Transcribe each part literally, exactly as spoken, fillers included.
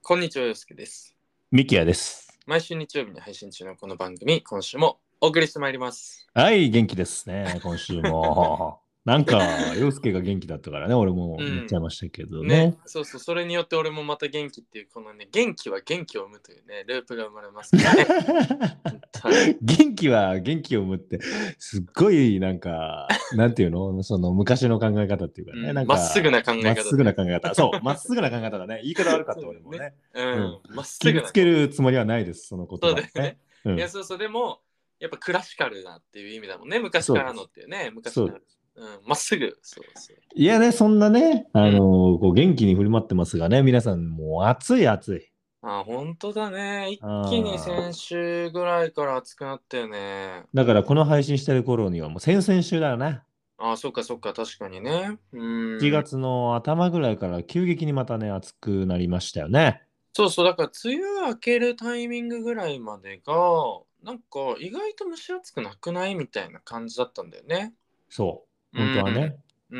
こんにちは、よすけです。 ミキヤです。 毎週日曜日に配信中のこの番組、今週もお送りしてまいります。 はい、元気ですね、今週も。なんか、洋介が元気だったからね、俺も言っちゃいうん。 ましたけどね、 ね。 そうそう、それによって俺もまた元気っていう、このね、元気は元気を生むというね、ループが生まれますからね。本当に。 元気は元気を生むって、すっごいなんか、なんていうのその昔の考え方っていうかね、 うん、 なんまっすぐか、 な考まっすぐなえ方だよ。 考え方。そう、まっすぐな考え方だね。言い方悪かった、 そうだよね。 俺もね。 ううん。 ん、まっすぐ傷つけな考え。 るつもりはないです、その言葉でね。 そうだよね。いや、 うん。 そうそう、でも、やっぱクラシカルなっていう意味だもんね、昔からのそうです。 っていうね、昔な。 そうです。 うん、まっすぐ、そうそう。 いやね、そんなね、あうん。 のこう元気に振る舞ってますがね、皆さんもう暑い暑い。 あ、本当だね。一気にあ先週ぐらいから暑くなったよね。 だからこの配信してる頃にはもう先々週だよね。 あ、そっかそっか、確かにね。う 7 ーん。 月の頭ぐらいから急激にまたね、暑くなりましたよね。 そうそう、だから梅雨明けるタイミングぐらいまでが、なんか意外と蒸し暑くなくないみたいな感じだったんだよね。 そう。本当うん。 はね。 うん、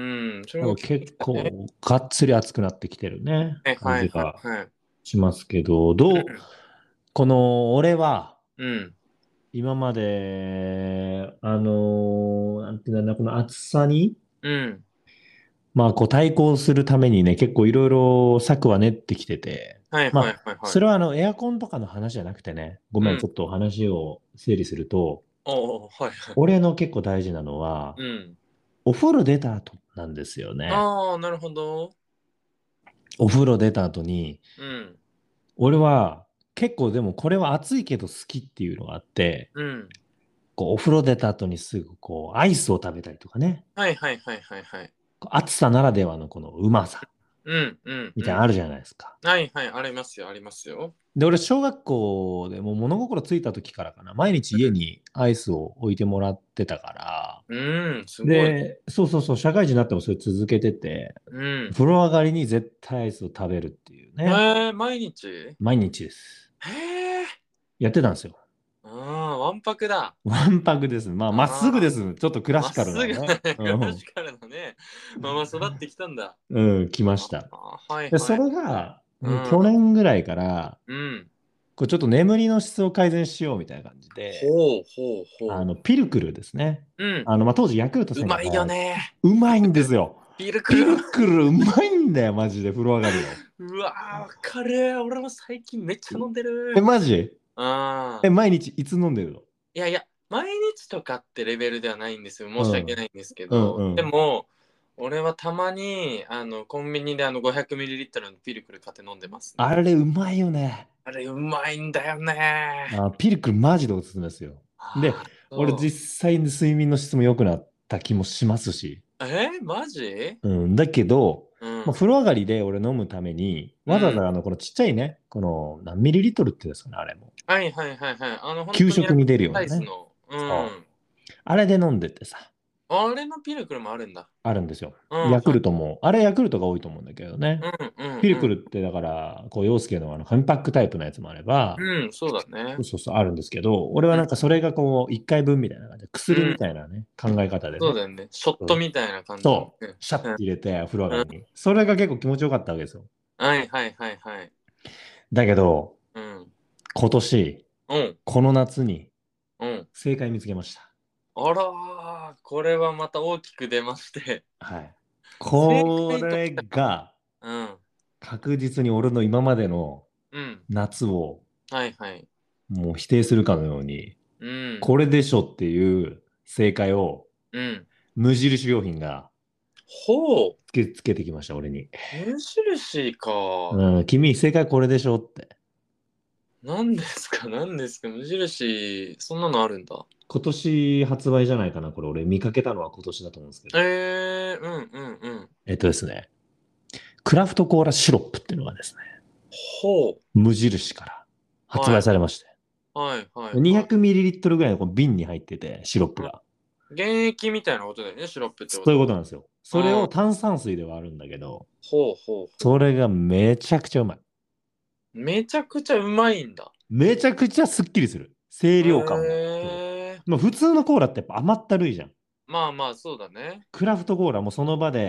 それだからが結構結来たね。 構がっつり暑くなってきてるね。 はいはいはい感じがはい。 しますけど、どう、この俺はうん。 今まで、あのーなんていうんだろうな、この暑さに、 うん。 まあこう対抗するためにね、結構いろいろ策は練ってきてて、 はいまあ、 はいはいはい。 それはあのエアコンとかの話じゃなくてね、ごめん、ちうん。 ょっと話を整理すると、 おお、はいはい。 俺の結構大事なのは、 うん。 お風呂出た後なんですよね。 ああ、なるほど。 お風呂出た後に、 うん。 俺は結構でもこれは暑いけど好きっていうのがあって、 うん。 こうお風呂出た後にすぐこうアイスを食べたりとかね、 はいはいはいはいはい。 こう暑さならではのこのうまさうんうんうん。 みたいなのあるじゃないですか。 はいはい、ありますよ、ありますよ。 で、俺、小学校でもう物心ついた時からかな、毎日家にアイスを置いてもらってたから、 うん、うん、すごい。 で、そうそうそう、社会人になってもそれ続けてて、 うん。 風呂上がりに絶対アイスを食べるっていうね、 へえ、毎日毎日です。 へえ。 やってたんですよ。 ああ、わんぱくだ。 わんぱくです。まあ、まっすぐああ、 です。ちょっとクラまっシカルすぐだね。 なね。うクラん。 シカルだね。まあまあ育ってきたんだ。 うん、来ましあた。 あ、はいで、 はい。 それが、うん去うん。 年ぐらいから、 うん。 こうちょっと眠りの質を改善しようみたいな感じで、 ほうほうほあの、ピルクルですね。 う。うん。 あの、まあ、当時ヤクルトうまいよせんがはね。 うまいんですよ。 ピルクル。 ピルクルうまいんだよ、マジで、風呂上がりの。 うわー、わかる。俺も最近めっちゃ飲んでえ、 る。 マジえ、 ああ。 毎日いつ飲んでるの？ いやいや、毎日とかってレベルではないんですよ。申し訳うん。 ないんですけうんど、 うん。 でも、俺はたまに、あの、コンビニであの ごひゃくミリリットル のピルクル買って飲んでますね。 あれ、うまいよね。 あれ、うまいんだよね。 あ、ピルクルマジでおすすめですよ。で、 ああ、 俺そ実際に睡眠の質も良くなった気もしますし。 う。えマジうん。だけど、まあ、 うん。 風呂上がりで俺飲むために、 うん。 わざわざあの、このちっちゃいね、この何ミリリットルっていうんですかね、あれも。 はいはいはいはい。あの、本給当にあの食に出るようサなね。 イズの。うそう。 ん。 あれで飲んでてさ。 あれのピルクルもあるんだ。 あるんですよ。 うん、 ヤクはい。 ルトも、あれヤクルトが多いと思うんだけどね。 うんうんピルうん。 クルってだから、こう、陽介のあの紙パックタイプのやつもあれば、 うん、そうだね。 そうそうそうあるんですけど、俺はうん。 なんかそれがこう、いっかいぶんみたいな感じで、薬みうん。 たいなね、考え方でね。 そうだよね。ショットうんみたいな感じのそう、 ね。 シャッうん。 て入れて、風呂上がうん。 りに。それが結構気持ちよかったわけですよ。 はいはいはいはい。 だけど、 うん。 今年、 うん。 この夏にうん。 正解見つけました。 あらー、これはまた大きく出まして。 はい。 正こ解ときれたか。 がうん。 確実に俺の今までのうん。 夏をはいはい。 もう否定するかのように、 うん。 これでしょっていう正解をうん。 無印良品がほつけ、つけてきました、俺に。 う。無印か。 うん、君、正解これでしょって。 何ですか何ですか無印、そんなのあるんだ。 今年発売じゃないかな、これ。俺見かけたのは今年だと思うんですけど。 えー、うんうんうん。 えっとですね、クラフトコーラシロップっていうのがですね、 ほ無印からう。 発はい。 売されまして、 はいはいはにひゃくミリリットル ぐらいのこの瓶に入ってて、シロップい。 が。 うん。原液みたいなことだよね、シロップってこそういうとは。 ことなんですよ。それをうん。 炭酸水ではあるんだけど、 ほうほうほそれがめちゃくちゃうまい。 う。めちゃくちゃうまいんだ。 めちゃくちゃすっきりする。清涼感もあって。 へえ。 まあ、普通のコーラってやっぱ甘ったるいじゃん。 まあまあ、そうだね。 クラフトコーラもその場で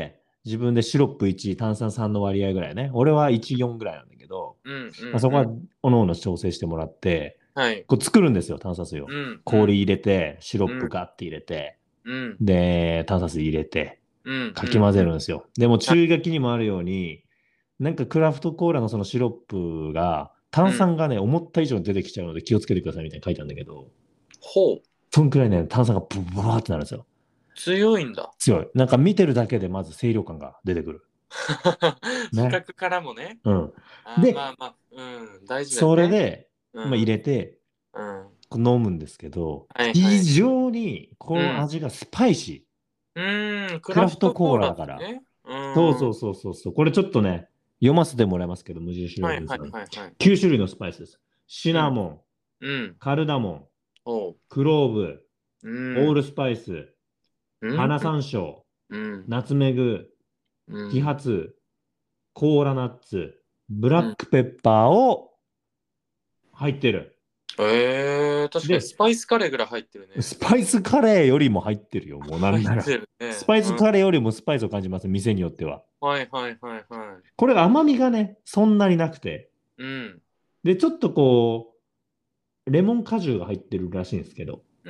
自分でシロップいち、炭酸さんの割合ぐらいね。俺はいち、よんぐらいなんだけど、 うんうんまあ、そこはうん。 おのおの調整してもらって、 はい。 こう作るんですよ、炭酸水を。 うんうん氷入れて、シロッうんプガッて入れて、 うんで、炭酸水入れて、 うんかき混うんうん。 ぜるんですよ。でもはい。 注意書きにもあるように、なんかクラフトコーラのそのシロップが、 うん。 炭酸がね、思った以上に出てきちゃうので気をつけてくださいみたいに書いてあるんだけど、 ほう。 そんくらいね、炭酸がブワーってなるんですよ。 強いんだ。 強い。なんか見てるだけでまず清涼感が出てくる。 視ね。 覚からもね。 うん。 あーまあで、 まあ、うん、大事だよそれね。 で、まあ、入うん。 れて、 うん。 こう飲むんですけど、非はいはい。 常にこうん。 の味がスパイシー。 うーん、ククララフトコーフトコーララだから。 だね。うそうそうーん。 そうそうそう。これちょっとね、読ませてもらいますけど、無印良はいはい品さん。 はいはい。 きゅう種類のスパイスです。シうん。 ナモうん。 ン、カルダモン、 おう。 クローブ、 うん。 オールスパイス、 うん。 花山椒、 うん。 ナツメグ、揮うん。 発、コーラナッツ、ブラうん。 ックペッパーを入ってる。 えー、確かにスで、 パイスカレーぐらい入ってるね。 スパイスカレーよりも入ってるよ、もうなん入っなら。 てるね。 スパイうん。 スカレーよりもスパイスを感じます、店によっては。 はいはいはいはい。 これが甘みがね、そんなになくて。 うん。 で、ちょっとこう、レモン果汁が入ってるらしいんですけど、 うん。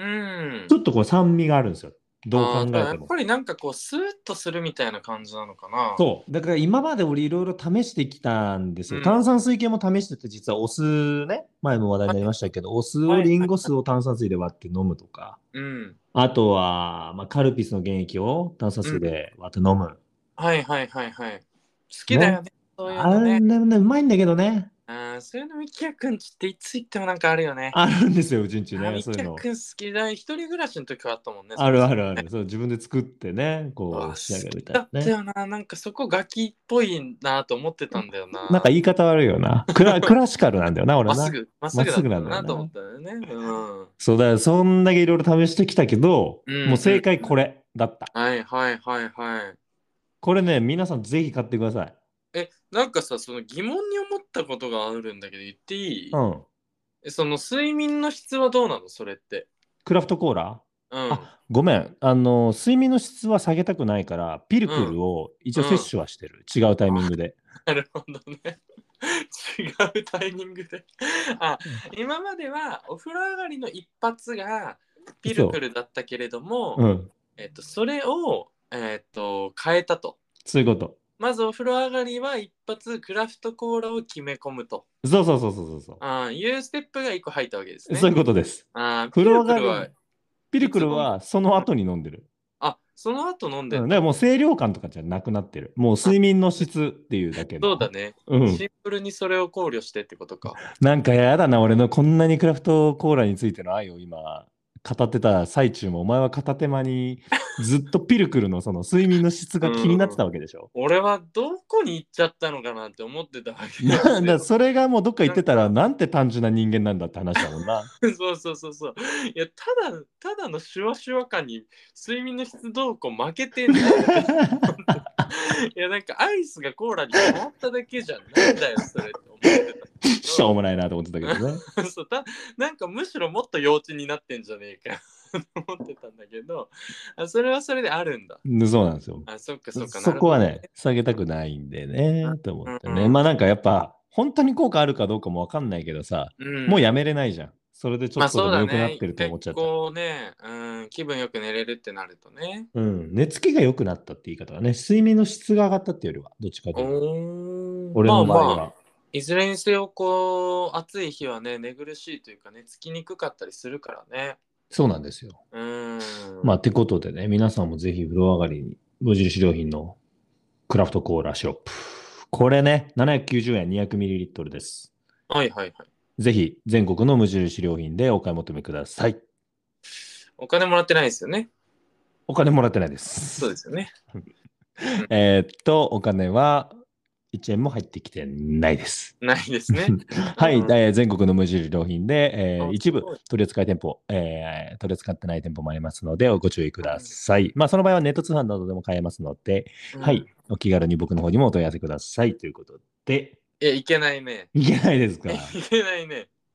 ちょっとこう酸味があるんですよ。どうああ、じゃあや考えても。 っぱりなんかこう、スーッとするみたいな感じなのかな。 そう。だから今まで俺いろいろ試してきたんですよ。 うん。 炭酸水系も試してて、実はお酢ね、前も話題になりましたけど、お酢をはいリンゴはいはい。 酢を炭酸水で割って飲むとか、 うん。 あとは、まあ、カルピスの原液を炭酸うん。 水で割って飲む。 はいはいはいはい。好きだよね。 ね。そういうあれのね。 ね、うまいんだけどね。 ああ、そういうのミキヤくんちっていつ行ってもなんかあるよね。 あるんですよ、うちんちああ、 ね、 ミそういうの。 キヤくん好きだ。一人暮らしの時はあったもんね、そあれぞれね。 るあるある。そう、自分で作ってね、こううわ、 仕上げるみた好きだいなね。 ったよな。なんかそこガキっぽいなと思ってたんだよなんかな。 言い方悪いよな。クラ、クラシカルなんだよな、俺な。 まっすぐ、まっすぐだっまっすぐなたなと思っんだよな。 たんだよね。うん。 そうだよ、そんだけいろいろ試してきたけど、 うんもう正解うん。 これだった。 はいはいはいはい。 これね、皆さんぜひ買ってください。 え、なんかさ、その疑問に思ったことがあるんだけど言っていい？ うん。 え、その睡眠の質はどうなのそれって。 クラフトコーラ。 うん。 あ、ごめん。あの、睡眠の質は下げたくないから、ピルクうん。 ルを一応摂うん。 取はしてる。違うタイミングで。 なるほどね。違うタイミングであ、今まではお風呂上がりの一発がピルクそルだったけれどう。 も、 うん。 えっと、それを、えっと、変えたと。 そういうこと。 まずお風呂上がりは一発クラフトコーラを決め込むと。 そうそうそうそうそあいうステップが一個入ったわけですう。そうね。 いうことです。 あピ風呂ルクルは上がり、ピルクルいつ飲む？ はその後に飲んでる。 あ、その後飲んでうん。でんだ。 もう清涼感とかじゃなくなってる。もうあ、 睡眠の質っていうだけの。 そうだね。 うん。 シンプルにそれを考慮してってことか。 なんかやだな、俺のこんなにクラフトコーラについての愛を今語ってた最中も、お前は片手間にずっとピルクルのその睡眠の質うが気になってたん。 わけでしょ。 俺はどこに行っちゃったのかなって思ってたわけなんだ、 ですよ。 それがもうどっか行ってたら、 なんか、 なんて単純な人間なんだって話だもんな。 そうそうそうそう。いや、ただ、ただのシュワシュワ感に睡眠の質どうこう負けてんだよって思ってた。いや、なんかアイスがコーラに変わっただけじゃん。なんだよ、それって思ってたんだけしょうど、 もないなと思ってたけどね。 そうたなんかむしろもっと幼稚になってんじゃねえかと思ってたんだけど、あそれはそれであるんだ。 うんそうなんですよ。 あ、そっかそっか、なそるほどね。 こはね、下げたくないんでね、と思ってね。 うん、 まあなんかやっぱ、本当に効果あるかどうかもわかんないけどさ、 うん。 もうやめれないじゃん。それでちょまあそうっとでも良くなっだね。 てると思っ結ちゃったら。 構ね、うん、気分よく寝れるってなるとね。 うん、寝つきが良くなったって言い方はね、睡眠の質が上がったっていうよりは、どっちかというと。 おー、 俺のまあまあ、 場合は。 いずれにせよ、こう、暑い日はね、寝苦しいというかね、つきにくかったりするからね。 そうなんですよ。 うーまあ、 ん。 ってことでね、皆さんもぜひ風呂上がりに無印良品のクラフトコーラシロップ。これね、ななひゃくきゅうじゅうえん にひゃくミリリットル です。 はいはいはい。 ぜひ全国の無印良品でお買い求めください。 お金もらってないですよね。 お金もらってないで。 そうですすよね。 えーっと、お金はいちえんも入ってきてないです。 ないですね。 はい、 うん。 えー全国の無印良品で、えーあ、 一部すごい。 取り扱い店舗、えー取り扱ってない店舗もありますので、ご注意ください。まあ、その場合はネット通販などでも買えますので、 うん。 はい、お気軽に僕の方にもお問い合わせくださいということで、 え、いけないね。 いけないですえ、 か。 いけないね。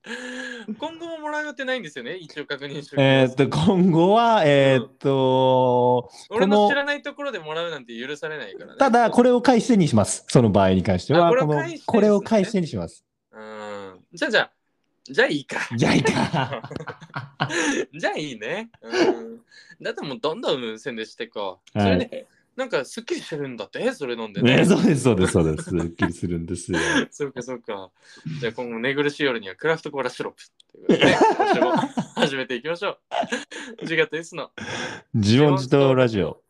今後ももらう予定ないんですよね、一応確認しておきえーっます。 と、今後は、えーっと、 俺の知こらないところでもらうなんて許されないからね。 の、ただ、これを返してにします。その場合に関してあ、 は、 これをこの返してこれですねを返してにします。 うん。じゃあじゃあ、じゃあいいか。 じゃあいいか。 じゃあいいね。うん。だってもうどんどん宣伝していこう。 はいそれで、なんかすっきりしてるんだって、それ飲んでね。 ね、そうです、そうです、そうです。すっきりするんですよ。 そうかそうか。じゃあ今後寝苦しい夜にはクラフトコーラシロップということで、今週も始めていきましょう。ジガと S の自問自答ラジオ。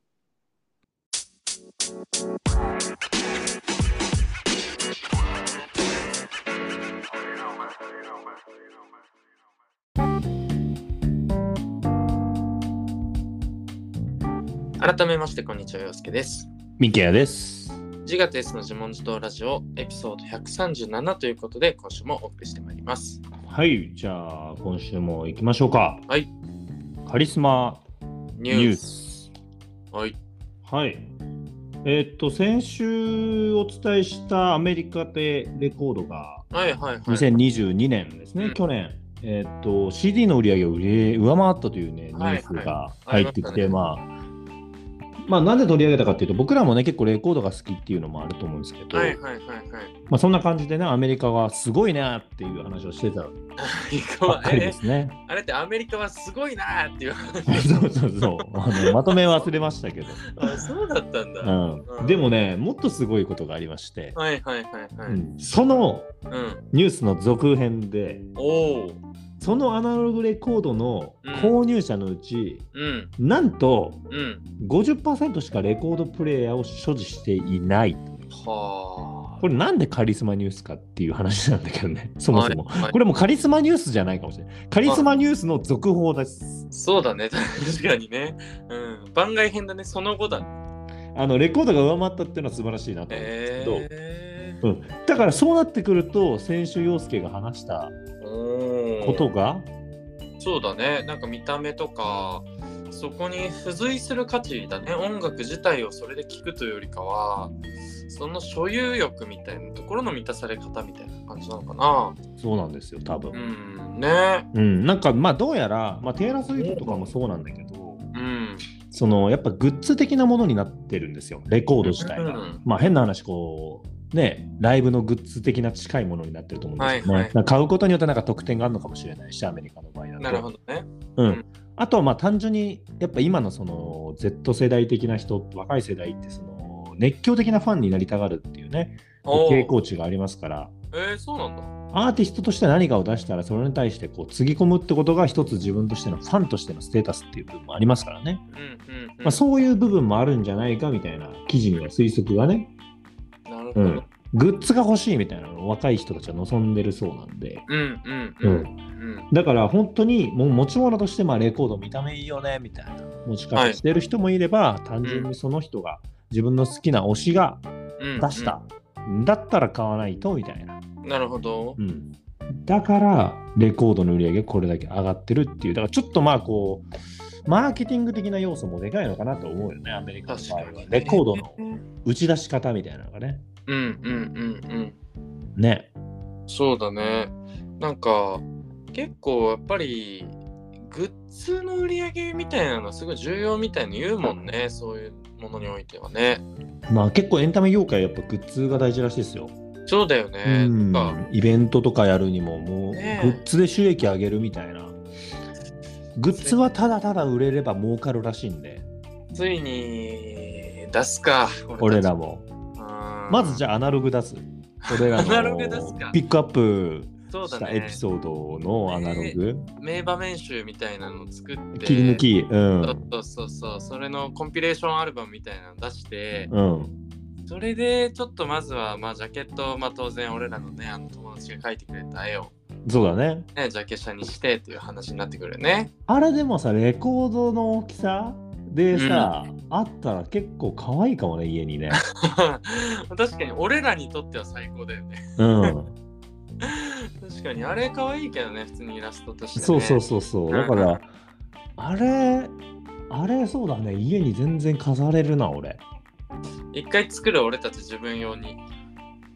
改めましてこんにちは、陽介です。 ミケヤです。 ジガと S の自問自答ラジオエピソードひゃくさんじゅうななということで今週もお送りしてまいります。 はい、じゃあ今週も行きましょうか。 はい。 カリスマニニューュース。 ス。 はい。 はい。えーっと、先週お伝えしたアメリカでレコードがはいはいはい。 にせんにじゅうにねんですね、 うん去年、えーっと、シーディー の売り上げを売れ上回ったというね、ニュはいースがはい入ってきて、 ありままあ、まあ、なんで取り上げたかっていうと、僕らもね、結構レコードが好きっていうのもあると思うんですけど、 はいはいはいはい。 まあ、そんな感じでね、アメリカはすごいなっていう話をしてたアメリカはばっかりでえすね。 あれってアメリカはすごいなーっていう話。 そうそうそうあの。まとめ忘れましたけど。 あ、そうだったんだ。 うん、でもね、もっとすごいことがありまして、 はいはいはいはい。 うんそのうん。 ニュースの続編で、 おお。 そのアナログレコードの購入者のうち、 うん。 なんとうん。 ごじゅっパーセントしかレコードプレイヤーを所持していない。 はあ。 これなんでカリスマニュースかっていう話なんだけどね、そもそも。 はいはいこれもカリスマニュースじゃないかもしれない。カリスマニュースの続報です。 そうだね。確かにね。うん。番外編だね。その後だ。 あのレコードが上回ったっていうのは素晴らしいなと思うんですけど、 えー。 うん、だからそうなってくると、先週陽介が話したおーことが、 そうだね。なんか見た目とか、そこに付随する価値だね。音楽自体をそれで聴くというよりかは、その所有欲みたいなところの満たされ方みたいな感じなのかな。 そうなんですよ、多分。 うん。ね。 うん、なんかまあどうやら、まあ、テイラー・スウィフトとかもそうなんだけど、 うん。 そのやっぱグッズ的なものになってるんですよ、レコード自体が。 うんまあ変な話、こう、ね、ライブのグッズ的な近いものになってると思うんですよね。 はいはいだから買うことによってなんか特典があるのかもしれないし、アメリカの場合だと。 なるほどね。 ううんん、 あとはまあ単純に、やっぱ今のその Z 世代的な人、若い世代ってその熱狂的なファンになりたがるっていうね、 おー傾向値がありますから、 えー、そうなんだ。 アーティストとして何かを出したら、それに対してこうつぎ込むってことが一つ自分としてのファンとしてのステータスっていう部分もありますからね。 うんうん、うん。 まあ、そういう部分もあるんじゃないかみたいな記事には推測がね、 なるほど。 うん、グッズが欲しいみたいなのを若い人たちは望んでるそうなんで、 うんうんううんん。うんだから本当にもう持ち物としてまあレコード見た目いいよねみたいな持ち方してる人もいれば、単純にその人が自分の好きな推しがうん出した、だったら買わないとみたいな、 なるほど。 うん、だからレコードの売り上げがこれだけ上がってるっていう、だからちょっとまあこうマーケティング的な要素もでかいのかなと思うよね、アメリカの場合は。レコードの打ち出し方みたいなのがね。 うんうんうんね。 うん。そうだね。なんか結構やっぱりグッズの売り上げみたいなのはすごい重要みたいに言うもんね。そういうものにおいてはね。 まあ結構エンタメ業界やっぱグッズが大事らしいですよ。 そうだようね。 んなんかイベントとかやるにももうグねえッズで収益上げるみたいな。グッズはただただ売れれば儲かるらしいんで、 ついに出すか。 俺らも。まずじゃゃあアナログ出す。俺らアナログ出すかのピックアップそうだねしたエピソードのアナログ、 名場面集みたいなのを作って切り抜き、うん。 そうそうそうそれのコンピレーションアルバムみたいなの出して、 うん。 それでちょっとまずはまあジャケット、まあ当然俺らのねあの友達が描いてくれた絵をそうだね。 ねジャケ写にしてっていう話になってくるよね。 あれでもさ、レコードの大きさでさ、あったら結構可愛いかもね、家にね。 確かに俺らにとっては最高だよね。 うん。 確かにあれ可愛いけどね、普通にイラストとして、ね。 そうそうそうそう。だかうんら、あれ、あれそうだね、家に全然飾れるな、俺。 一回作る俺たち自分用に。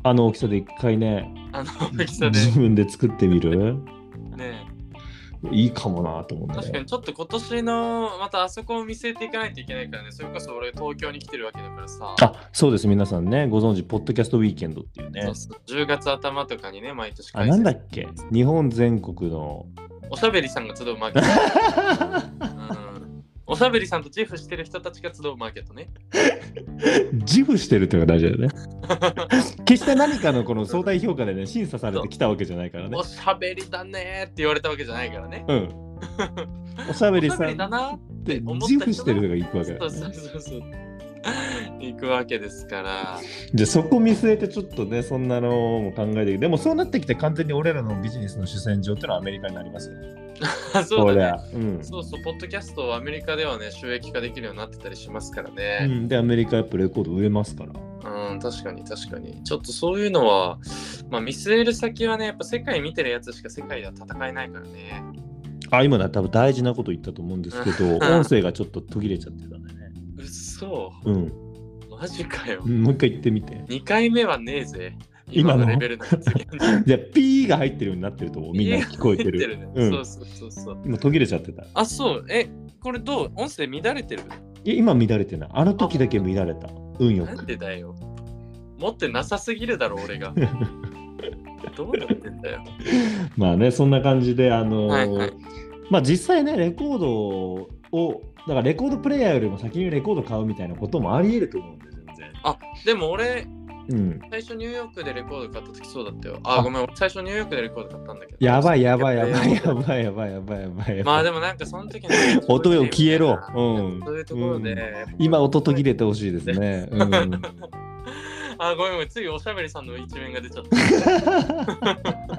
あの大きさで一回ね、 あの大きさで。 自分で作ってみるねいいかもなと思うんだよ。 確かにちょっと今年のまたあそこを見据えていかないといけないからね。それこそ俺東京に来てるわけだからさ。 あ、そうです。皆さんね、ご存知、ポッドキャストウィーケンドっていうね。 そうそうじゅうがつ頭とかにね、毎年あ、なんだっけ日本全国の。 おしゃべりさんが集うマーケット。うんおしゃべりさんと自負してる人たちが集うマーケットね。 自負してるっていうのが大事だよね。決して何かのこの相対評価でね、審査されてきたわけじゃないからねお。しゃべりだねーって言われたわけじゃないからね。 うん。おしゃべりおしゃべさんりだなーって思った人が自負してる人が行くわけだそうよね。 そうそうそう。行くわけですから。 じゃあそこ見据えてちょっとね、そんなのも考えて、でもそうなってきて完全に俺らのビジネスの主戦場っていうのはアメリカになりますよ。 そうだね。 これうん、 そうそう、ポッドキャストをアメリカではね、収益化できるようになってたりしますからうね。 ん、で、アメリカやっぱレコード売れますから。 うん、確かに確かに。ちょっとそういうのは、まあ見据える先はね、やっぱ世界見てるやつしか世界では戦えないからね。 あ、今だ多分大事なこと言ったと思うんですけど、音声がちょっと途切れちゃってたんでね。 うっそうん。 マジかよ。 もう一回言ってみて。 にかいめはねえぜ。 今のレベルのやつ。 じゃあ、ピーが入ってるようになってると思う。みんな聞こえてる。 入ってるねうん、 そうそうそうそう。 今途切れちゃってた。 あ、そう。え、これどう音声乱れてるいや今乱れてない。あの時だけ乱れた。運よなんく。 でだよ。持ってなさすぎるだろ、俺が。どうなってんだよ。 まあね、そんな感じで、あのーはいはいまあ実際ね、レコードを、だからレコードプレイヤーよりも先にレコード買うみたいなこともあり得ると思うんで、全然。 あ、でも俺、 うん、 最初ニューヨークでレコード買った時そうだったよ。あ、 あごめん、最初ニューヨークでレコード買ったんだけど。 やばいやばいやばいやばいやばいやばいやばいやばい。 まあでもなんかその時の音を消えろ。 うん。そういうところで。 うん、今音途切れてほしいですね。うん、 あ、ごめんごめん、ついおしゃべりさんの一面が出ちゃった。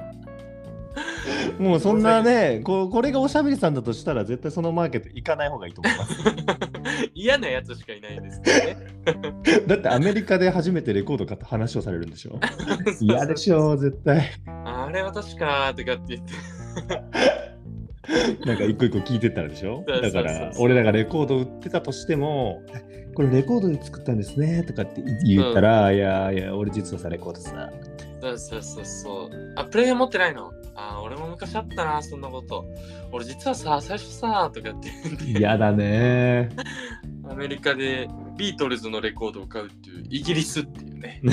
もうそんなねこ、これがおしゃべりさんだとしたら絶対そのマーケット行かない方がいいと思います。 嫌なやつしかいないですね。 だってアメリカで初めてレコード買った話をされるんでしょ。嫌でしょ、絶対。 あれ私かーとかって言って。 なんか一個一個聞いてったらでしょ。だから俺らがレコード売ってたとしても、これレコードで作ったんですねとかって言ったら、うん、いやいや俺実はさレコードさ。 そうそうそうそう。あ、プレイヤー持ってないの？あ、俺も昔あったな、そんなこと。俺実はさ、最初さ、とかって言って。 嫌だね。 アメリカでビートルズのレコードを買うっていう、イギリスっていうね。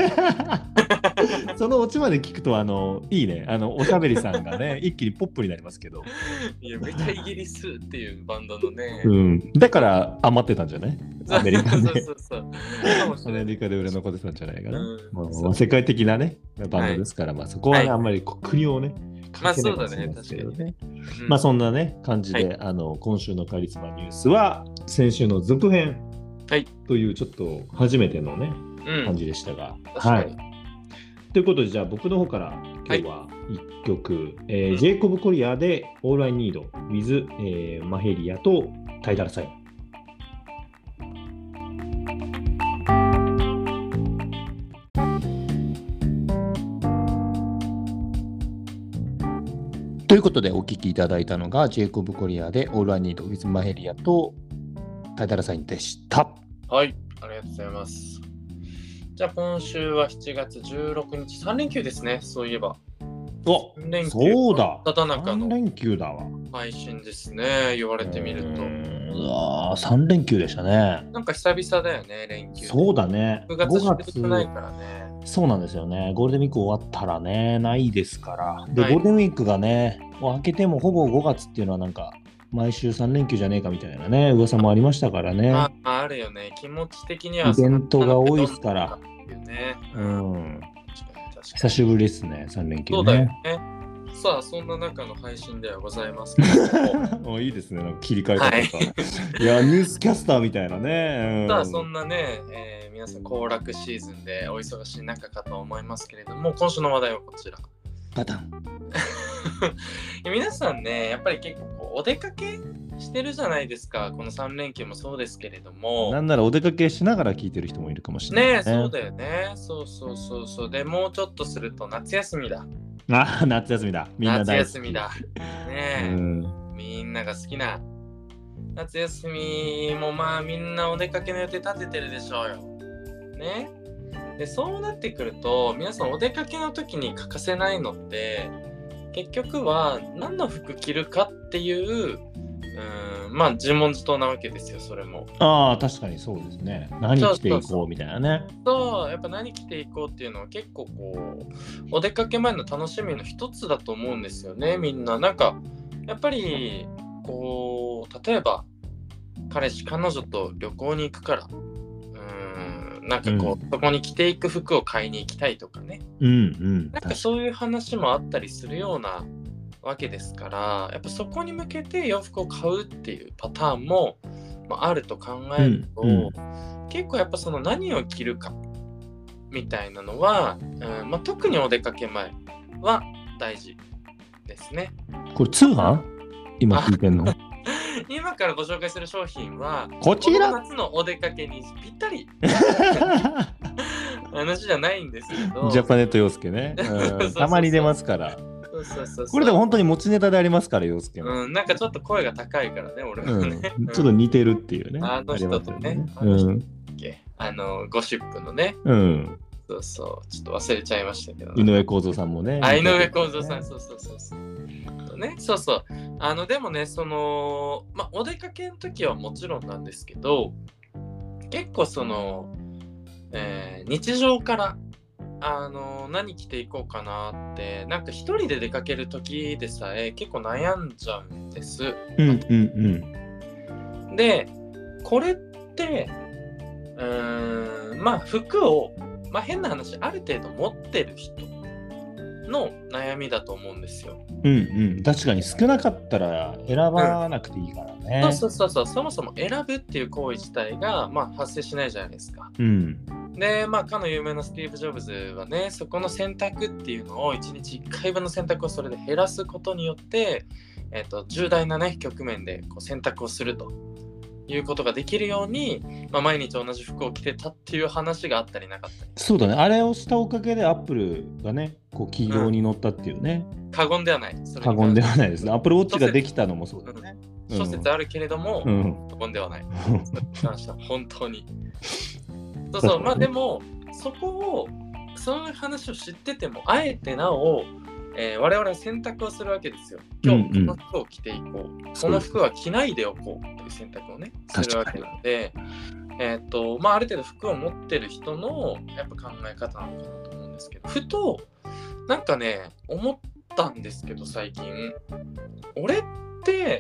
そのオチまで聞くと、あの、いいね。あの、おしゃべりさんがね、一気にポップになりますけど。 いや、めちゃイギリスっていうバンドのね。 うん。だから余ってたんじゃない？アメリカで。 そうそうそうアメリカで売れ残ってたんじゃないかな。 うん、 もう世界的なね、バンドですから、はい、まあそこは、ね、はい、あんまり国をね、 まあそうだね、確かにね。 うん、まあそんなね、感じで、はい、あの今週のカリスマニュースは、先週の続編というちょっと初めてのね、はい、感じでしたが。 うん、はい。 ということで、じゃあ僕の方から今日はいっきょく、はいえーうん、ジェイコブ・コリアで All I Need with、えー、マヘリアとタイダルサイン。ということでお聴きいただいたのがジェイコブ・コリアで All I Need with マヘリアとタイダルサインでした。 はい、ありがとうございます。じゃあ今週はしちがつじゅうろくにち、さん連休ですね、そういえば。 お、そうだ。 ただ中のさん連休だわ。 配信ですね、言われてみると。 うわ、さん連休でしたね。 なんか久々だよね、連休。 そうだね。 くがつしかないからね。 そうなんですよね。ゴールデンウィーク終わったらね、ないですから。で、はい、ゴールデンウィークがね、明けてもほぼごがつっていうのはなんか、毎週さん連休じゃねえかみたいなね、噂もありましたからね。 あ, あ, あるよね。気持ち的には。 イベントが多いですから。 ね、 うん。久しぶりですね、さん連休ね。 そうだよね。さあ、そんな中の配信ではございますけども。 いいですね、なんか切り替え方とか。はい、いや、ニュースキャスターみたいなね。 うん、さあ、そんなね、えー、皆さん行楽シーズンでお忙しい中かと思いますけれども、今週の話題はこちら。 パターン。 皆さんね、やっぱり結構お出かけしてるじゃないですか。このさん連休もそうですけれども。 なんならお出かけしながら聞いてる人もいるかもしれないね。ね、そうだよね。そうそうそうそう。でもうちょっとすると夏休みだ。 あ、夏休みだ。みんな大好き。 夏休みだ。ねえ、うん。みんなが好きな夏休みもまあみんなお出かけの予定立ててるでしょうよ。ね。 でそうなってくると皆さんお出かけの時に欠かせないのって結局は何の服着るかっていううーんまあ自問自答なわけですよ。それもああ、確かにそうですね。何着ていこうみたいなね。 そうやっぱ何着ていこうっていうのは結構こうお出かけ前の楽しみの一つだと思うんですよね。みんななんかやっぱりこう例えば彼氏彼女と旅行に行くからうーんなんかこう、うん、そこに着ていく服を買いに行きたいとかね、 うんうん、 なんかそういう話もあったりするようなわけですから、やっぱそこに向けて洋服を買うっていうパターンも、まあ、あると考えると、うんうん、結構やっぱその何を着るかみたいなのは、うんまあ、特にお出かけ前は大事ですね。 これ通販？今聞いてんの？ 今からご紹介する商品はこちらこの夏のお出かけにぴったり話じゃないんですけど、 ジャパネット陽介ね、うん、たまに出ますからそうそうそうそう、 これでも本当に持ちネタでありますから、陽介も、うん、なんかちょっと声が高いからね、俺もね、 うん、ちょっと似てるっていうね、 あの人とね、 あの人、うん、 あのゴシップのね、 うん、 そうそう、ちょっと忘れちゃいましたけど、 井上公造さんもね、 あ、井上公造さん、そうそうそうそうね、そうそう、あのでもね、そのまあお出かけの時はもちろんなんですけど、結構その、えー、日常からあの何着ていこうかなってなんか一人で出かける時でさえ結構悩んじゃうんです。 うんうんうん、でこれってうーんまあ服を、まあ、変な話ある程度持ってる人の悩みだと思うんですよ。 うんうん、確かに少なかったら選ばなくていいからね。 うん、そうそうそうそう、そもそも選ぶっていう行為自体が、まあ、発生しないじゃないですか。 うん、 で、まあ、かの有名なスティーブ・ジョブズはね、そこの選択っていうのをいちにちいっかいぶんの選択をそれで減らすことによって、えーと、重大なね、局面でこう選択をするということができるように、まあ、毎日同じ服を着てたっていう話があったりなかったり。 そうだね、あれをしたおかげでアップルがね、こう軌道に乗ったっていうね。 うん、過言ではない。 過言ではないですね。アップルウォッチができたのもそうだね。 諸説あるけれども、うん、過言ではない。本当に。そうそう、まあでも、そこを、そういう話を知ってても、あえてなお、えー、我々は選択をするわけですよ。今日、この服を着ていこう。うんうん、この服は着ないでおこうという選択をね、するわけなので、えっと、まあある程度服を持ってる人のやっぱ考え方なのかなと思うんですけど、ふと、なんかね、思ったんですけど、最近。俺って、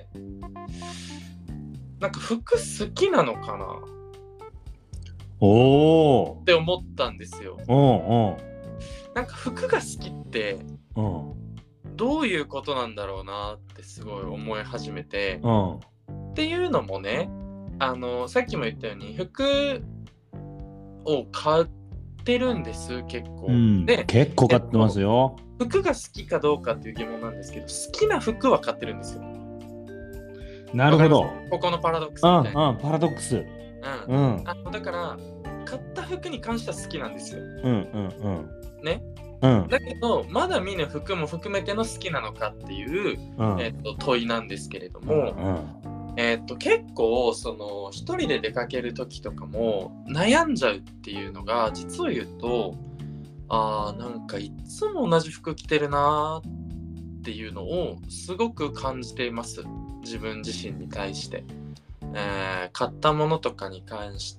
なんか服好きなのかなおって思ったんですよ。 おうなんか服が好きってどういうことなんだろうなってすごい思い始めて、っていうのもね、あのさっきも言ったように服を買ってるんです結構、うん、 で結構買ってますよ。 服が好きかどうかっていう疑問なんですけど、好きな服は買ってるんですよ。 なるほど。 ここのパラドックスみたいな。 うんうん、パラドックス。 うん。うん、あだから買った服に関しては好きなんですよ。 うんうんうん。 ね。 うん、 だけどまだ見ぬ服も含めての好きなのかっていう、うんえー、と問いなんですけれども、うんえー、と結構その一人で出かける時とかも悩んじゃうっていうのが実を言うと、あーなんかいつも同じ服着てるなっていうのをすごく感じています。自分自身に対して、えー、買ったものとかに関して、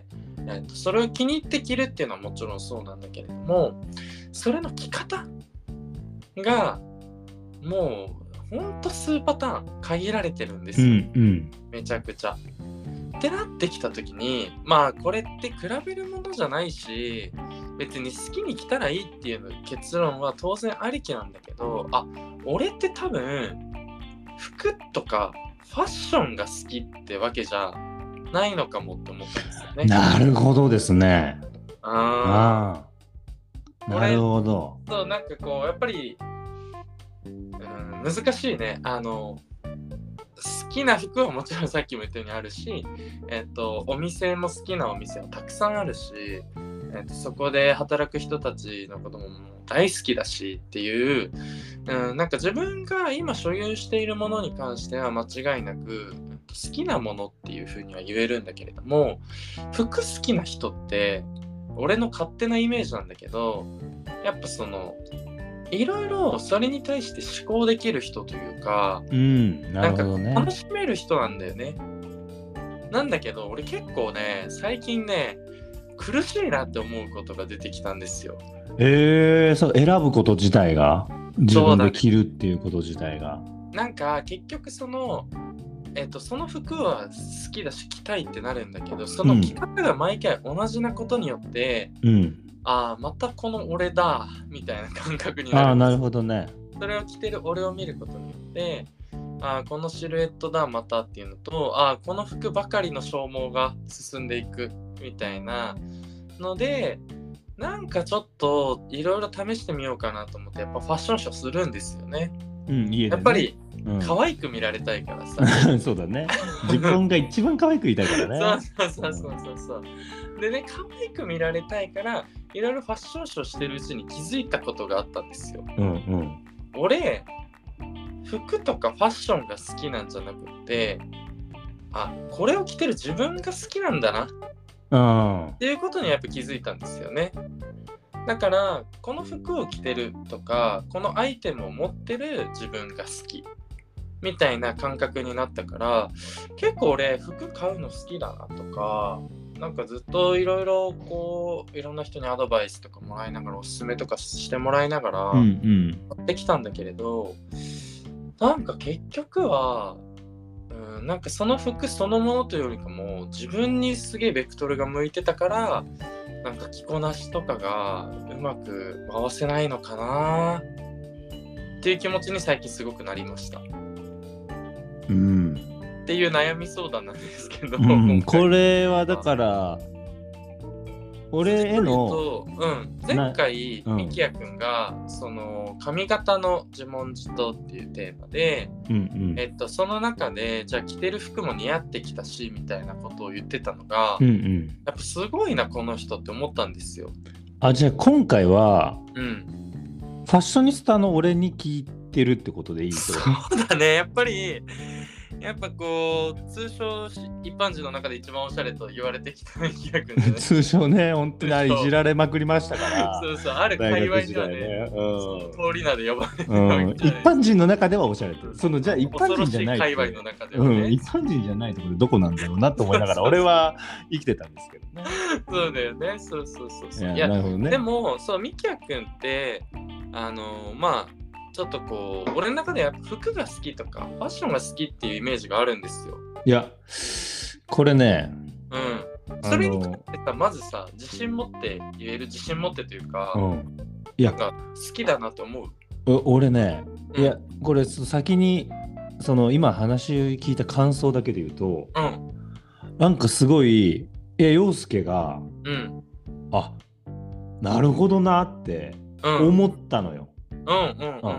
えー、とそれを気に入って着るっていうのはもちろんそうなんだけれども、それの着方がもうほんと数パターン限られてるんですよ、うんうん、めちゃくちゃってなってきた時に、まあこれって比べるものじゃないし別に好きに着たらいいっていう結論は当然ありきなんだけど、あ、俺って多分服とかファッションが好きってわけじゃないのかもって思ったんですよね。 なるほどですね。 ああなるほど。 そうなんかこうやっぱり、うん、難しいね。あの好きな服はもちろんさっきも言ったようにあるし、えっと、お店も好きなお店はたくさんあるし、えっと、そこで働く人たちのことも大好きだしっていう、うん、なんか自分が今所有しているものに関しては間違いなく好きなものっていうふうには言えるんだけれども、服好きな人って俺の勝手なイメージなんだけど、やっぱそのいろいろそれに対して思考できる人というか、 うん、なるほどね。 なんか楽しめる人なんだよね。なんだけど俺結構ね最近ね苦しいなって思うことが出てきたんですよ。 えー、そう選ぶこと自体が自分で着るっていうこと自体が、 なんか結局そのえっとその服は好きだし着たいってなるんだけど、その着方が毎回同じなことによって、 うん、 ああまたこの俺だみたいな感覚になる。 ああなるほどね。 それを着てる俺を見ることによって、ああこのシルエットだまたっていうのと、ああこの服ばかりの消耗が進んでいくみたいなので、なんかちょっといろいろ試してみようかなと思ってやっぱファッションショーするんですよね。 うん、家でね、 やっぱりうん、 可愛く見られたいからさ。 そうだね。自分が一番可愛くいたいからね。 そうそうそうそうそう。でね、可愛く見られたいからいろいろファッションショーしてるうちに気づいたことがあったんですよ。 うんうん。 俺服とかファッションが好きなんじゃなくて、あ、これを着てる自分が好きなんだなっていうことにやっぱ気づいたんですよね。だからこの服を着てるとかこのアイテムを持ってる自分が好きみたいな感覚になったから、結構俺服買うの好きだなとか、なんかずっといろいろこういろんな人にアドバイスとかもらいながらおすすめとかしてもらいながらうんうん、 買ってきたんだけれど、なんか結局はうん、なんかその服そのものというよりかも自分にすげえベクトルが向いてたから、なんか着こなしとかがうまく回せないのかなっていう気持ちに最近すごくなりました、 うん、 っていう悩み相談なんですけど、 うん、これはだから俺への、 うん、前回、 うん、 みきやくんがその髪型の自問自答っていうテーマで、 うんうんえっと、その中でじゃあ着てる服も似合ってきたしみたいなことを言ってたのが、 うんうん、 やっぱすごいなこの人って思ったんですよ。 あ、じゃあ今回は、 うん、 ファッショニスタの俺に聞いてるってことでいいと。 そうだね、やっぱりやっぱこう通称一般人の中で一番おしゃれと言われてきたみきやくんで、ね、 通称ね、本当にあれいじられまくりましたからそうそう、ある界隈ではね、 ね、うん、 通り名で呼ばれてる、 うん、一般人の中ではおしゃれと、そのじゃあ一般人じゃない界隈の中ではね、 うん、一般人じゃないところでどこなんだろうなと思いながら俺は生きてたんですけどね。 そうだよね、そうそうそうそう。 いや、なるほどね。 でもそうみきやくんってあのまあちょっとこう俺の中でやっぱ服が好きとかファッションが好きっていうイメージがあるんですよ。 いやこれね、 うん、それに関してさまずさ自信持って言える自信持ってというか、うん、いやなんか好きだなと思う。 俺ね、うん、いやこれ先にその今話聞いた感想だけで言うと、うん、なんかすごいいや陽介が、うん、あなるほどなって思ったのよ。うんうんうんうん、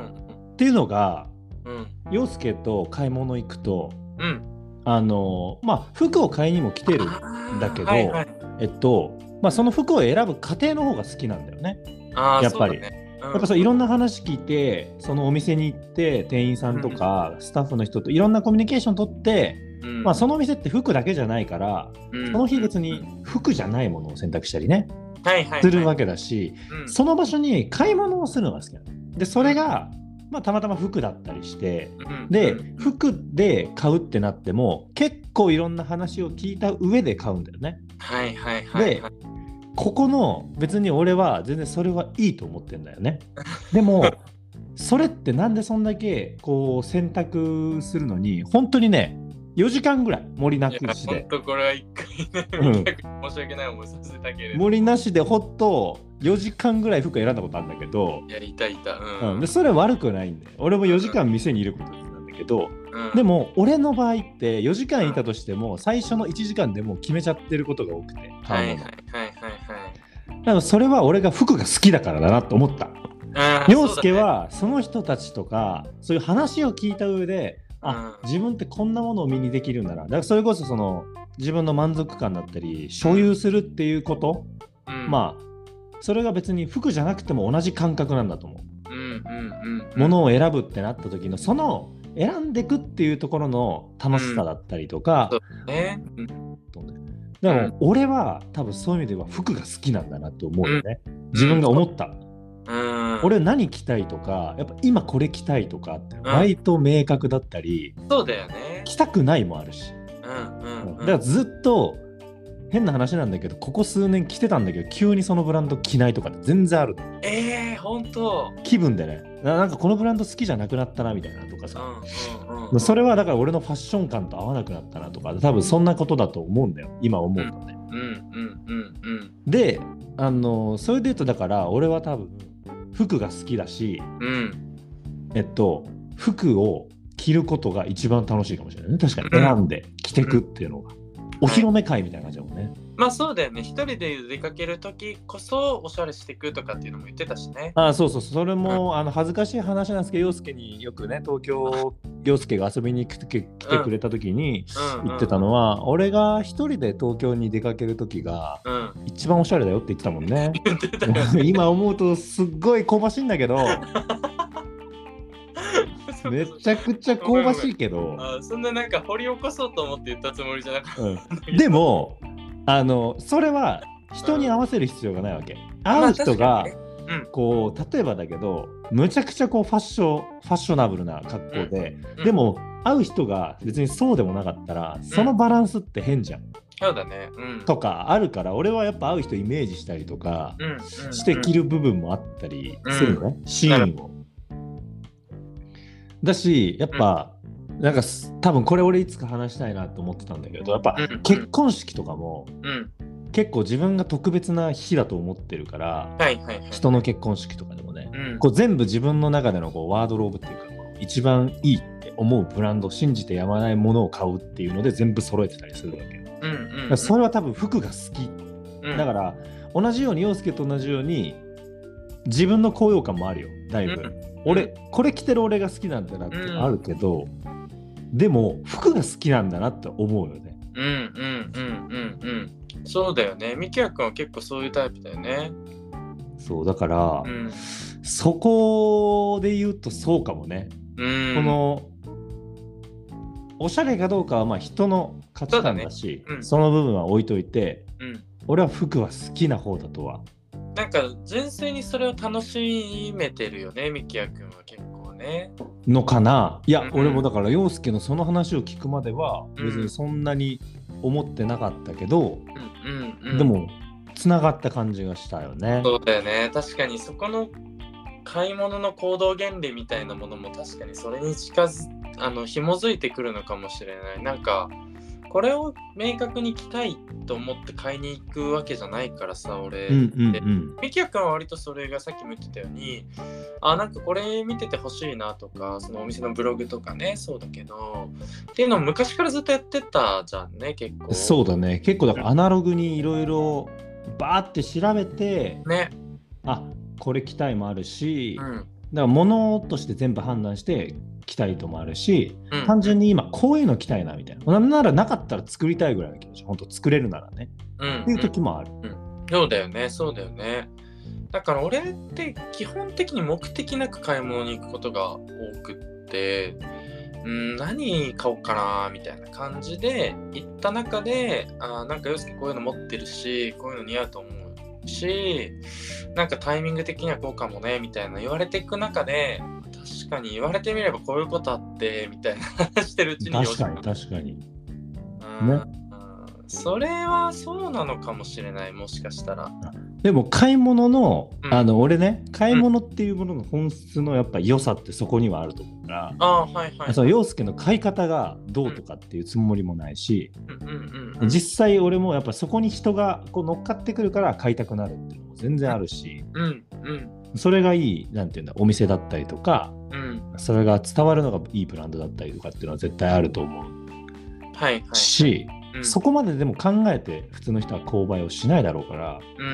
っていうのが、うん、陽介と買い物行くと、うん、あのまあ服を買いにも来てるんだけど、はいはい、えっとまあその服を選ぶ過程の方が好きなんだよね。あやっぱり、ねうん、やっぱそういろんな話聞いてそのお店に行って店員さんとかスタッフの人といろんなコミュニケーション取って、うんまあ、そのお店って服だけじゃないから、うん、その日別に服じゃないものを選択したりね、はいはいはい、するわけだし、うん、その場所に買い物をするのが好きなの。でそれが、まあ、たまたま服だったりして、うん、で、うん、服で買うってなっても結構いろんな話を聞いた上で買うんだよね。はいはいはい、はい、でここの別に俺は全然それはいいと思ってんだよね。でもそれってなんでそんだけこう選択するのに本当にねよじかんぐらい森なしで、 本当これは一回ね、うん、申し訳ない思いさせたけれど森なしでほっとよじかんぐらい服選んだことあるんだけど、 いやいたいた、うんうん、でそれ悪くないんで俺もよじかん店にいることなんだけど、うん、でも俺の場合ってよじかんいたとしても最初のいちじかんでもう決めちゃってることが多くて、はいはいはいはいはい、だからそれは俺が服が好きだからだなと思った。陽介はその人たちとかそういう話を聞いた上であ、うん、自分ってこんなものを身にできるんだな。だからそれこそその自分の満足感だったり所有するっていうこと、うん、まあそれが別に服じゃなくても同じ感覚なんだと思う。うんうんうんうん、ものを選ぶってなった時のその選んでくっていうところの楽しさだったりとか、 そうね。うん。 でも、 うん俺は多分そういう意味では服が好きなんだなと思うよね、 うん自分が思った、 うん。 俺何着たいとか、やっぱ今これ着たいとかってん割と明確だったり、 そうだよね。 着たくないもあるし、 うんうんうん。 だからずっと変な話なんだけど、ここ数年着てたんだけど急にそのブランド着ないとかって全然ある。 えー、ほんと。 気分でね、ななんかこのブランド好きじゃなくなったなみたいなとかさ、 うんうんうんうん。 それはだから俺のファッション感と合わなくなったなとか、多分そんなことだと思うんだよ今思うとね、 うんうんうんうんで、あのそれで言うとだから俺は多分服が好きだし、 うん。 えっと服を着ることが一番楽しいかもしれないね。確かに選んで着てくっていうのが、お披露目会みたいな感じだもんね。 まあそうだよね。一人で出かけるときこそおしゃれしてくとかっていうのも言ってたしね。 ああ、そうそう、それも、あの恥ずかしい話なんですけど、陽介によくね、東京、陽介が遊びに来て来てくれた時に言ってたのは、うんうん、俺が一人で東京に出かける時が、うん、一番おしゃれだよって言ってたもんね。今思うとすっごい香ばしいんだけどめちゃくちゃ香ばしいけど、 あ、そんななんか掘り起こそうと思って言ったつもりじゃなかった、 うん、でもあのそれは人に合わせる必要がないわけ、うん、会う人が、まあ、こう例えばだけどむちゃくちゃこうファッションファッショナブルな格好で、うん、でも会う人が別にそうでもなかったら、うん、そのバランスって変じゃん、 そうだね、うん、 とかあるから、俺はやっぱ会う人イメージしたりとか、うん、して着る部分もあったりするのね、うん、シーンをだし、やっぱ、うん、なんか多分これ俺いつか話したいなと思ってたんだけど、やっぱ結婚式とかも、うん、結構自分が特別な日だと思ってるから、はいはいはい、人の結婚式とかでもね、うん、こう全部自分の中でのこうワードローブっていうか、一番いいって思うブランド、信じてやまないものを買うっていうので全部揃えてたりするわけよ、うんうんうん、それは多分服が好き、うん、だから同じように陽介と同じように自分の高揚感もあるよだいぶ、うん、俺これ着てる俺が好きなんだなってあるけど、うん、でも服が好きなんだなって思うよね。 うんうんうんうんうん。そうだよね。みきやくんは結構そういうタイプだよね。 そうだから、うん、そこで言うとそうかもね。うん、このおしゃれかどうかはまあ人の価値観だし、そ, だね、うん、その部分は置いといて、うん、俺は服は好きな方だとは。 なんか純粋にそれを楽しめてるよね、みきやくんは結構ね。 のかな。いや、うんうん、俺もだから陽介のその話を聞くまでは別にそんなに思ってなかったけど、うんうんうん、でもつながった感じがしたよね。 そうだよね。確かにそこの買い物の行動原理みたいなものも確かにそれに近づあの紐づいてくるのかもしれない。なんかこれを明確に着たいと思って買いに行くわけじゃないからさ、俺って。みきやくんは割とそれがさっきも言ってたように、あ、なんかこれ見ててほしいなとか、そのお店のブログとかね、そうだけど、っていうのを昔からずっとやってたじゃんね、結構。 そうだね。結構だからアナログにいろいろバーって調べて、ね、あ、これ着たいもあるし、うん、だから物として全部判断して着たいともあるし、うん、単純に今こういうの着たいなみたいな、なんならなかったら作りたいぐらいの気持ち、本当作れるならね、うん、っていう時もある、うん、 そうだよね、そうだよね。だから俺って基本的に目的なく買い物に行くことが多くって、うん、何買おうかなみたいな感じで行った中で、あ、なんか陽介こういうの持ってるし、こういうの似合うと思うし、なんかタイミング的にはこうかもねみたいな言われていく中で、確かに言われてみればこういうことあってみたいな話してるうちに、 確かに確かに、 うん、ね、それはそうなのかもしれない、もしかしたら。 でも買い物の、うん、あの俺ね、買い物っていうものの本質のやっぱ良さってそこにはあると思うから、うん、あ、はいはいはい、その陽介の買い方がどうとかっていうつもりもないし、うんうんうんうん、実際俺もやっぱそこに人がこう乗っかってくるから買いたくなるっていうのも全然あるし、うんうん、それがいい、なんていうんだ、お店だったりとか、うん、それが伝わるのがいいブランドだったりとかっていうのは絶対あると思う、はいはい、し、うん、そこまででも考えて普通の人は購買をしないだろうから、うん、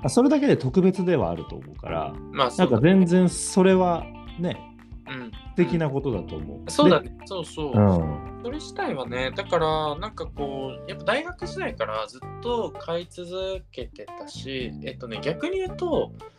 それだけで特別ではあると思うから、まあ、なんか全然それはね、うん、素敵なことだと思う、うん、 そうだね、そうそう、うん、それ自体はね、だからなんかこうやっぱ大学時代からずっと買い続けてたし、えっとね逆に言うと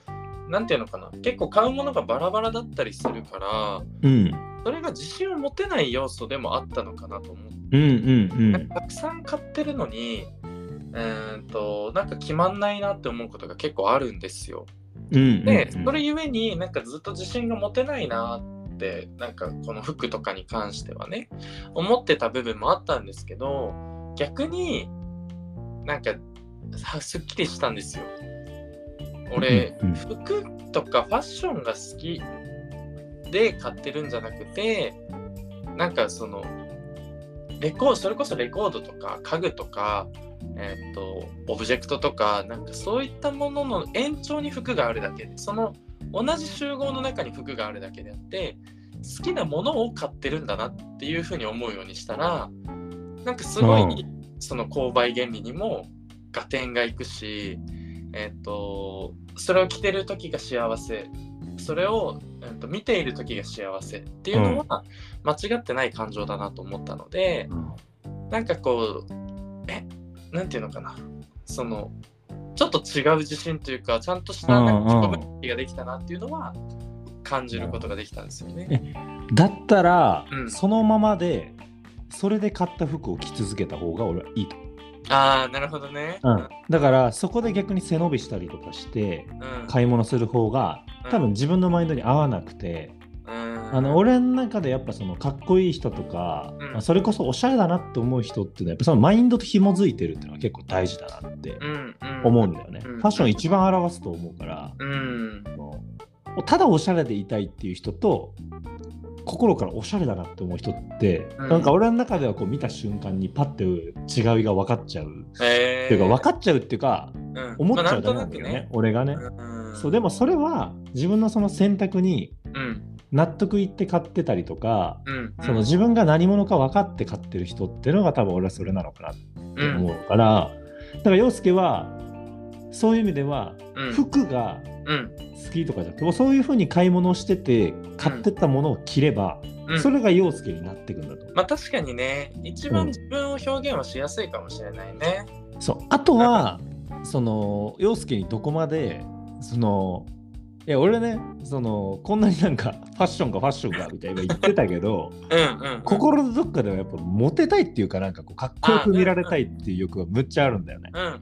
なんていうのかな、結構買うものがバラバラだったりするから、 うん、 それが自信を持てない要素でもあったのかなと思って、 うんうんうんなんかたくさん買ってるのに、えー、となんか決まんないなって思うことが結構あるんですよ。 うんうんうん、 で、それゆえになんかずっと自信が持てないなって、なんかこの服とかに関してはね、思ってた部分もあったんですけど、逆になんかすっきりしたんですよ。俺、 うんうん、 服とかファッションが好きで買ってるんじゃなくて、なんかそのレコード、それこそレコードとか家具とか、えー、とオブジェクトとか、なんかそういったものの延長に服があるだけで、その同じ集合の中に服があるだけであって、好きなものを買ってるんだなっていうふうに思うようにしたら、なんかすごい、うん、その購買原理にも合点がいくし、えー、とそれを着てる時が幸せ、それを、えー、と見ている時が幸せっていうのは間違ってない感情だなと思ったので、うん、なんかこうえなんていうのかな、そのちょっと違う自信というか、ちゃんとした自己分析ができたなっていうのは感じることができたんですよね。 だったら、 うん、 そのままでそれで買った服を着続けた方が俺はいいと。 ああ、なるほどね、 うん、だからそこで逆に背伸びしたりとかして買い物する方が、うん、多分自分のマインドに合わなくて、うん、あの俺の中でやっぱそのかっこいい人とか、うん、それこそおしゃれだなって思う人っていうのはやっぱそのマインドと紐づいてるっていうのが結構大事だなって思うんだよね、うんうん、ファッション一番表すと思うから、うん、ただおしゃれでいたいっていう人と心からおしゃれだなって思う人って、うん、なんか俺の中ではこう見た瞬間にパッて違いが分かっちゃう、えー、っていうか分かっちゃうっていうか、うん、思っちゃうだけなんだよね、まあ、ね俺がね、うん、そうでもそれは自分のその選択に納得いって買ってたりとか、うん、その自分が何者か分かって買ってる人っていうのが多分俺はそれなのかなって思うから、うん、だから陽介はそういう意味では、うん、服が好きとかじゃなくて、そういう風に買い物をしてて買ってったものを着れば、うん、それが陽介になっていくんだと。 まあ確かにね、一番自分を表現はしやすいかもしれないね。 うん、そう。あとはその陽介にどこまでそのいや俺ねそのこんなになんかファッションかファッションかみたいな言ってたけどうんうん、うん、心のどっかではやっぱモテたいっていうかなんかこうかっこよく見られたいっていう欲がむっちゃあるんだよね。うんうんうんうん、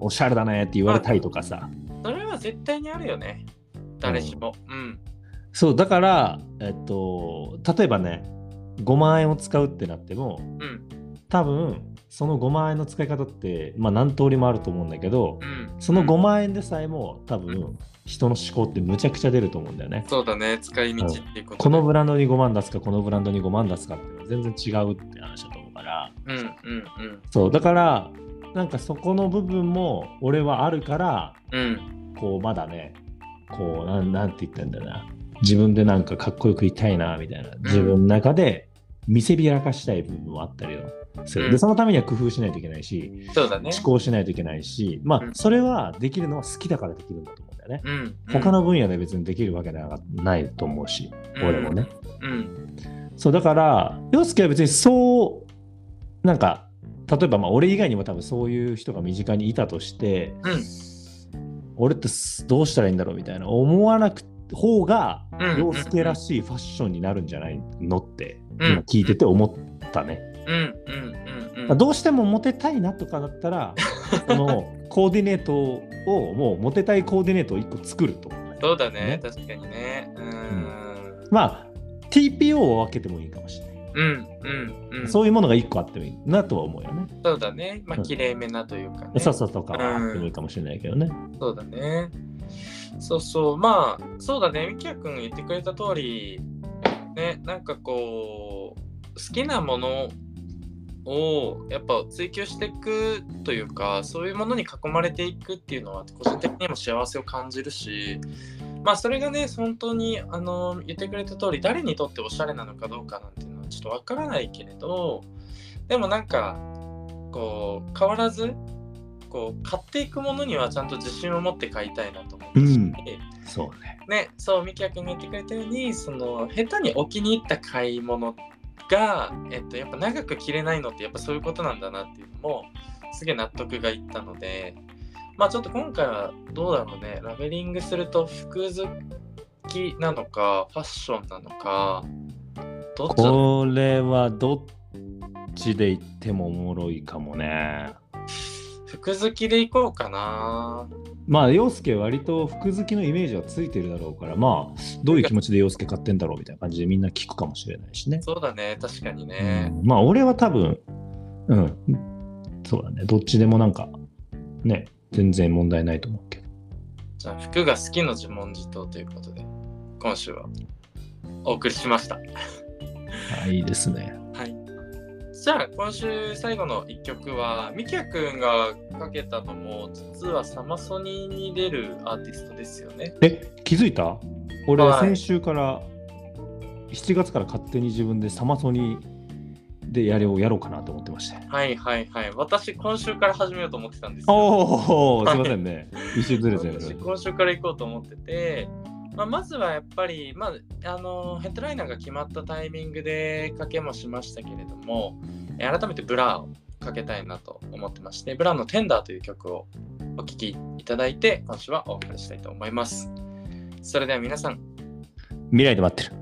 おしゃれだねって言われたいとかさ。 それは絶対にあるよね。誰しも、うんうん。 そうだからえっと例えばねごまんえんを使うってなっても、うん、多分そのごまんえんの使い方ってまあ何通りもあると思うんだけど、うん、そのごまんえんでさえも多分、うん人の思考ってむちゃくちゃ出ると思うんだよね。 そうだね、使い道っていうこと、ね、 このブランドにごまん出すかこのブランドにごまん出すかっていうのは全然違うって話だと思うから、うんうんうん、そうだからなんかそこの部分も俺はあるから、うん、こうまだねこうな ん, なんて言ったんだよな、自分でなんかかっこよくいたいなみたいな、自分の中で見せびらかしたい部分もあったりよ。それでそのためには工夫しないといけないし、 そうだね、 思考しないといけないし、まあ、うん、それはできるのは好きだからできるんだと思うんだよね、うんうん、他の分野で別にできるわけではないと思うし、うん、俺もね、うん、そうだから陽介は別にそうなんか例えばまあ俺以外にも多分そういう人が身近にいたとして、うん、俺ってどうしたらいいんだろうみたいな思わなく方が陽介らしいファッションになるんじゃないのって今聞いてて思ったね。うんうんうんうん、どうしてもモテたいなとかだったらこのコーディネートをもうモテたいコーディネートをいっこ作ると、ね、 そうだ ね, ね確かにね、うん、うん、 まあ ティーピーオー を分けてもいいかもしれない、うんうんうん、そういうものがいっこあってもいいなとは思うよね。 そうだね、まあ綺麗めなというかね、 うん、そうそうとかはあってもいいかもしれないけどね、 うん、そうだね、そうそう、まあそうだね、みきやくん言ってくれた通りね、なんかこう好きなものをやっぱ追求していくというか、そういうものに囲まれていくっていうのは個人的にも幸せを感じるし、まあそれがね本当にあの言ってくれた通り誰にとっておしゃれなのかどうかなんていうのはちょっとわからないけれど、でもなんかこう変わらずこう買っていくものにはちゃんと自信を持って買いたいなと思うし、うん、 そうね、 ね、そうみきやくんが言ってくれたように、その下手にお気に入った買い物が、えっと、やっぱ長く着れないのってやっぱそういうことなんだなっていうのもすげえ納得がいったので、 まあちょっと今回はどうだろうね。ラベリングすると服好きなのか、ファッションなのか、どっちだこれはどっちで言ってもおもろいかもね。 服好きでいこうかな。 まあ、陽介割と服好きのイメージはついてるだろうから、まあ、どういう気持ちで陽介買ってんだろうみたいな感じでみんな聞くかもしれないしね。 そうだね、確かにね。 うん、まあ、俺は多分、うん、そうだね。どっちでもなんか、ね、全然問題ないと思うけど。 じゃあ、服が好きの自問自答ということで、今週はお送りしました。 あ、いいですね。 はい。じゃあ、今週最後の一曲は、みきやくんがかけたのも、実はサマソニに出るアーティストですよね。 え、気づいた？俺、 はい先週から、しちがつから勝手に自分でサマソニでやれをやろうかなと思ってました。 はいはいはい。私、今週から始めようと思ってたんですよ。 おお、すいませんね。一周ずれてる。 私、今週から行こうと思ってて、まあ、まずはやっぱり、まあ、あのヘッドライナーが決まったタイミングでかけもしましたけれども、え改めてブラをかけたいなと思ってまして、ブラのテンダーという曲をお聴きいただいて、今週はお送りしたいと思います。それでは皆さん、 未来で待ってる。